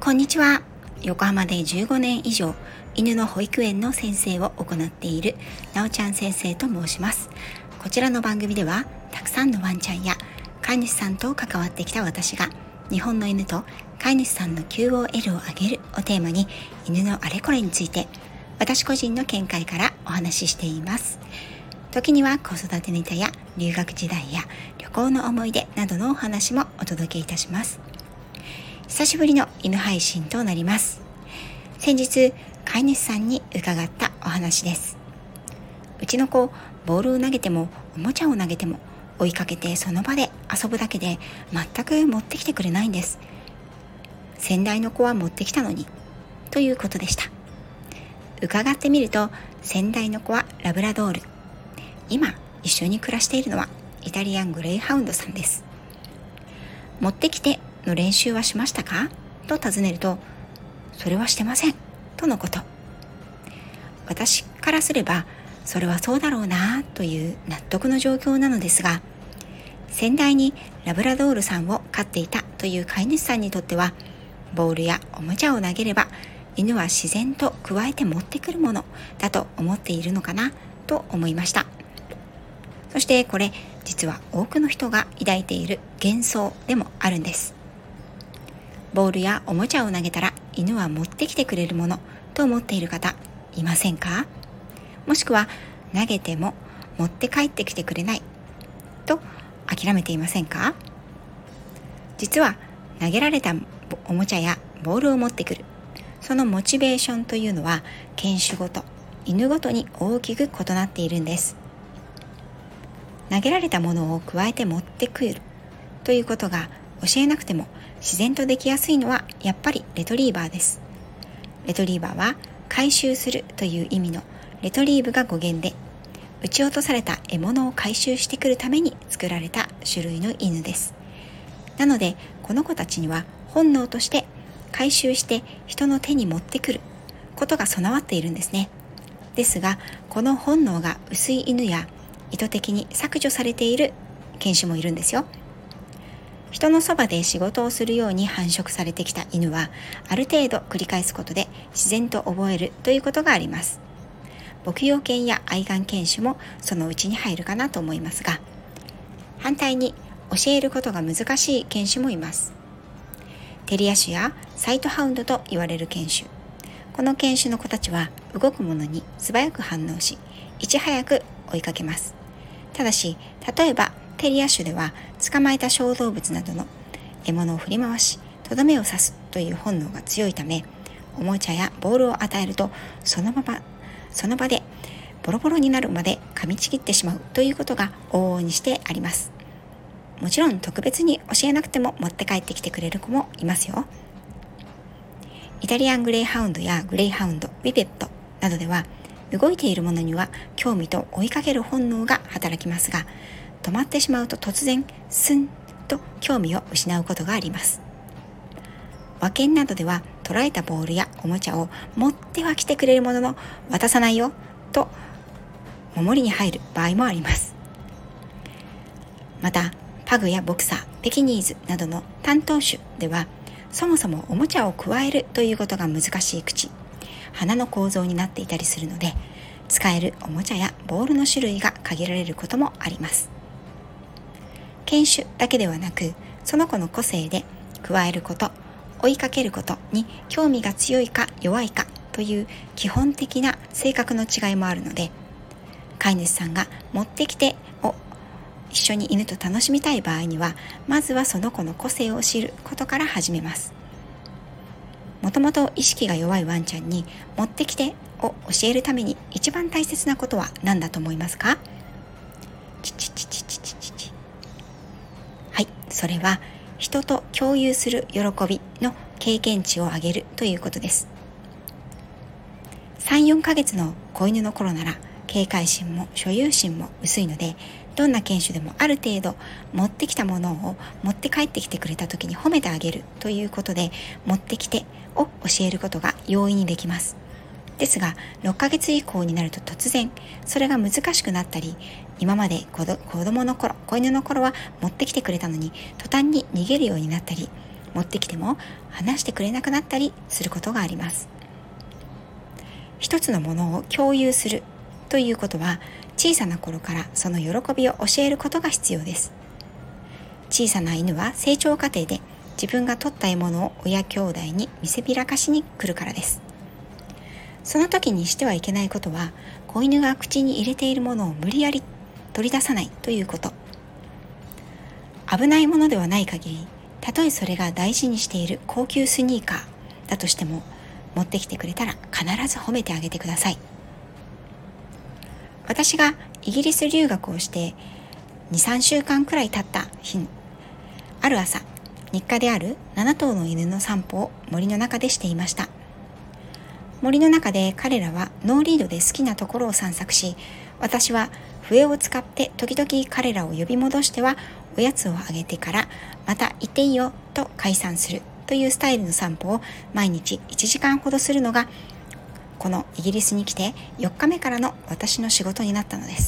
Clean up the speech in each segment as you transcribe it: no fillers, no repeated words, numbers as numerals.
こんにちは。横浜で15年以上犬の保育園の先生を行っているなおちゃん先生と申します。こちらの番組ではたくさんのワンちゃんや飼い主さんと関わってきた私が日本の犬と飼い主さんの QOL を上げるをテーマに犬のあれこれについて私個人の見解からお話ししています。時には子育てネタや留学時代や旅行の思い出などのお話もお届けいたします。久しぶりの犬配信となります。先日飼い主さんに伺ったお話です。うちの子、ボールを投げてもおもちゃを投げても追いかけてその場で遊ぶだけで全く持ってきてくれないんです。先代の子は持ってきたのにということでした。伺ってみると、先代の子はラブラドール、今一緒に暮らしているのはイタリアングレイハウンドさんです。持ってきての練習はしましたかと尋ねると、それはしてませんとのこと。私からすればそれはそうだろうなという納得の状況なのですが、先代にラブラドールさんを飼っていたという飼い主さんにとっては、ボールやおもちゃを投げれば犬は自然とくわえて持ってくるものだと思っているのかなと思いました。そしてこれ実は多くの人が抱いている幻想でもあるんです。ボールやおもちゃを投げたら犬は持ってきてくれるものと思っている方いませんか？もしくは投げても持って帰ってきてくれないと諦めていませんか？実は投げられたおもちゃやボールを持ってくる、そのモチベーションというのは犬種ごと、犬ごとに大きく異なっているんです。投げられたものを加えて持ってくるということが教えなくても自然とできやすいのはやっぱりレトリーバーです。レトリーバーは回収するという意味のレトリーブが語源で、撃ち落とされた獲物を回収してくるために作られた種類の犬です。なのでこの子たちには本能として回収して人の手に持ってくることが備わっているんですね。ですがこの本能が薄い犬や意図的に削除されている犬種もいるんですよ。人のそばで仕事をするように繁殖されてきた犬はある程度繰り返すことで自然と覚えるということがあります。牧羊犬や愛玩犬種もそのうちに入るかなと思いますが、反対に教えることが難しい犬種もいます。テリア種やサイトハウンドと言われる犬種、この犬種の子たちは動くものに素早く反応し、いち早く追いかけます。ただし、例えばテリア種では捕まえた小動物などの獲物を振り回しとどめを刺すという本能が強いため、おもちゃやボールを与えるとその場でボロボロになるまで噛みちぎってしまうということが往々にしてあります。もちろん特別に教えなくても持って帰ってきてくれる子もいますよ。イタリアングレイハウンドやグレイハウンド、ビペットなどでは動いているものには興味と追いかける本能が働きますが、止まってしまうと突然スンと興味を失うことがあります。和犬などでは捉えたボールやおもちゃを持ってはきてくれるものの渡さないよと守りに入る場合もあります。またパグやボクサー、ペキニーズなどの単頭種ではそもそもおもちゃを加えるということが難しい口、鼻の構造になっていたりするので、使えるおもちゃやボールの種類が限られることもあります。犬種だけではなく、その子の個性で加えること、追いかけることに興味が強いか弱いかという基本的な性格の違いもあるので、飼い主さんが持ってきてを一緒に犬と楽しみたい場合には、まずはその子の個性を知ることから始めます。もともと意識が弱いワンちゃんに持ってきてを教えるために一番大切なことは何だと思いますか？はい、それは人と共有する喜びの経験値を上げるということです。3、4ヶ月の子犬の頃なら警戒心も所有心も薄いので、どんな犬種でもある程度持ってきたものを持って帰ってきてくれた時に褒めてあげるということで、持ってきてを教えることが容易にできます。ですが6ヶ月以降になると突然それが難しくなったり、今まで子犬の頃は持ってきてくれたのに途端に逃げるようになったり、 持ってきても話してくれなくなったりすることがあります。一つのものを共有するということは、小さな頃からその喜びを教えることが必要です。小さな犬は成長過程で自分が取った獲物を親兄弟に見せびらかしに来るからです。その時にしてはいけないことは、子犬が口に入れているものを無理やり取り出さないということ。危ないものではない限り、たとえそれが大事にしている高級スニーカーだとしても、持ってきてくれたら必ず褒めてあげてください。私がイギリス留学をして2、3週間くらい経った日、ある朝、日課である7頭の犬の散歩を森の中でしていました。森の中で彼らはノーリードで好きなところを散策し、私は笛を使って時々彼らを呼び戻してはおやつをあげてからまた行っていいよと解散するというスタイルの散歩を毎日1時間ほどするのが、このイギリスに来て4日目からの私の仕事になったのです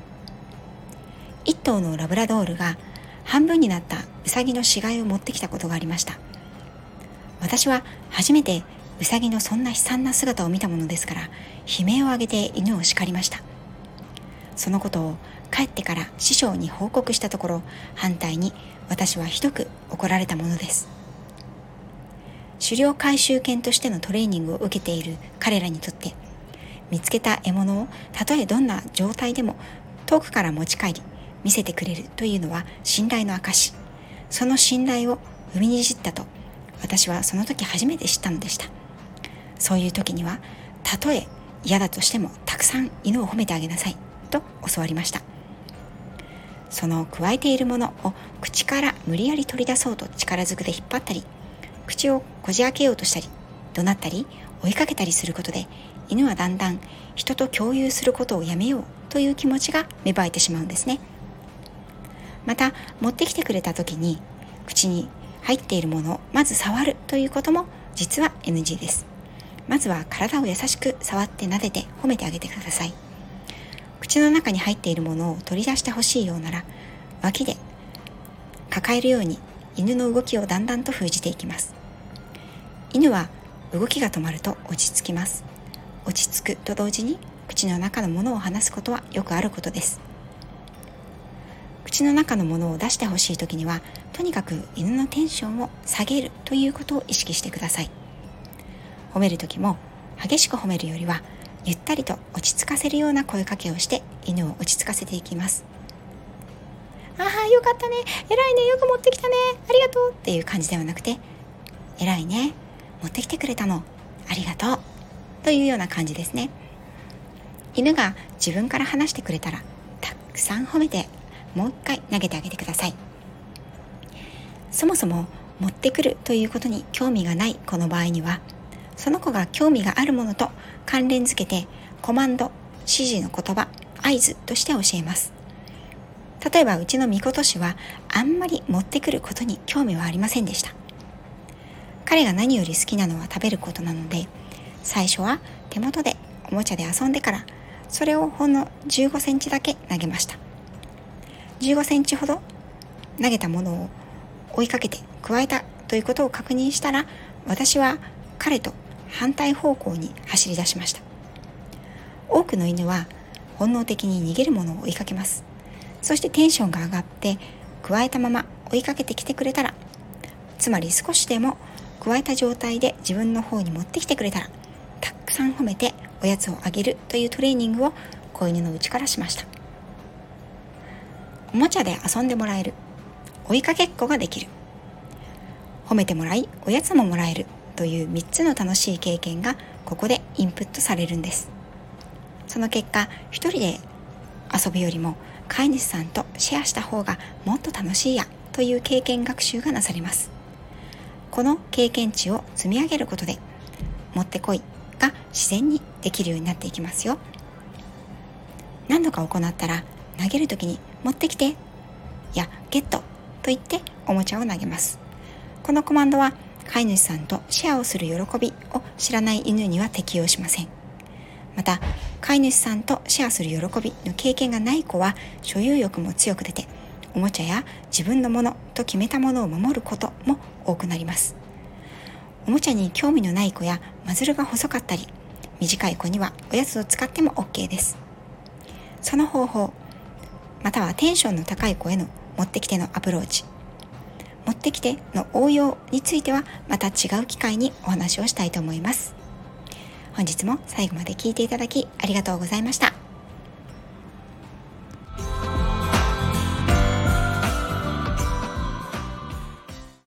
。1頭のラブラドールが半分になったウサギの死骸を持ってきたことがありました。私は初めてウサギのそんな悲惨な姿を見たものですから、悲鳴を上げて犬を叱りました。そのことを帰ってから師匠に報告したところ、反対に私はひどく怒られたものです。狩猟回収犬としてのトレーニングを受けている彼らにとって、見つけた獲物をたとえどんな状態でも遠くから持ち帰り見せてくれるというのは信頼の証。その信頼を踏みにじったと私はその時初めて知ったのでした。そういう時には、たとえ嫌だとしてもたくさん犬を褒めてあげなさいと教わりました。そのくわえているものを口から無理やり取り出そうと力ずくで引っ張ったり、口をこじ開けようとしたり、怒鳴ったり追いかけたりすることで、犬はだんだん人と共有することをやめようという気持ちが芽生えてしまうんですね。また、持ってきてくれた時に口に入っているものをまず触るということも実は NG です。まずは体を優しく触って撫でて褒めてあげてください。口の中に入っているものを取り出してほしいようなら、脇で抱えるように犬の動きをだんだんと封じていきます。犬は動きが止まると落ち着きます。落ち着くと同時に口の中のものを離すことはよくあることです。口の中のものを出してほしいときには、とにかく犬のテンションを下げるということを意識してください。褒めるときも激しく褒めるよりは、ゆったりと落ち着かせるような声かけをして犬を落ち着かせていきます。ああ、よかったね、偉いね、よく持ってきたね、ありがとうっていう感じではなくて、偉いね、持ってきてくれたのありがとうというような感じですね。犬が自分から話してくれたら、たくさん褒めてもう一回投げてあげてください。そもそも持ってくるということに興味がない子の場合には、その子が興味があるものと関連づけてコマンド、指示の言葉、合図として教えます。例えばうちのみことしはあんまり持ってくることに興味はありませんでした。彼が何より好きなのは食べることなので、最初は手元でおもちゃで遊んでから、それをほんの15センチだけ投げました。15センチほど投げたものを追いかけて加えたということを確認したら、私は彼と反対方向に走り出しました。多くの犬は本能的に逃げるものを追いかけます。そしてテンションが上がって加えたまま追いかけてきてくれたら、つまり少しでも加えた状態で自分の方に持ってきてくれたら、たくさん褒めておやつをあげるというトレーニングを子犬のうちからしました。おもちゃで遊んでもらえる、追いかけっこができる、褒めてもらいおやつももらえるという3つの楽しい経験がここでインプットされるんです。その結果、一人で遊ぶよりも飼い主さんとシェアした方がもっと楽しいやという経験学習がなされます。この経験値を積み上げることで、持ってこいが自然にできるようになっていきますよ。何度か行ったら、投げるときに持ってきてやゲットと言っておもちゃを投げます。このコマンドは飼い主さんとシェアをする喜びを知らない犬には適用しません。また、飼い主さんとシェアする喜びの経験がない子は所有欲も強く出て、 おもちゃや自分のものと決めたものを守ることも多くなります。おもちゃに興味のない子やマズルが細かったり、短い子にはおやつを使っても OK です。その方法、またはテンションの高い子への持ってきてのアプローチ、持ってきての応用についてはまた違う機会にお話をしたいと思います。本日も最後まで聞いていただきありがとうございました。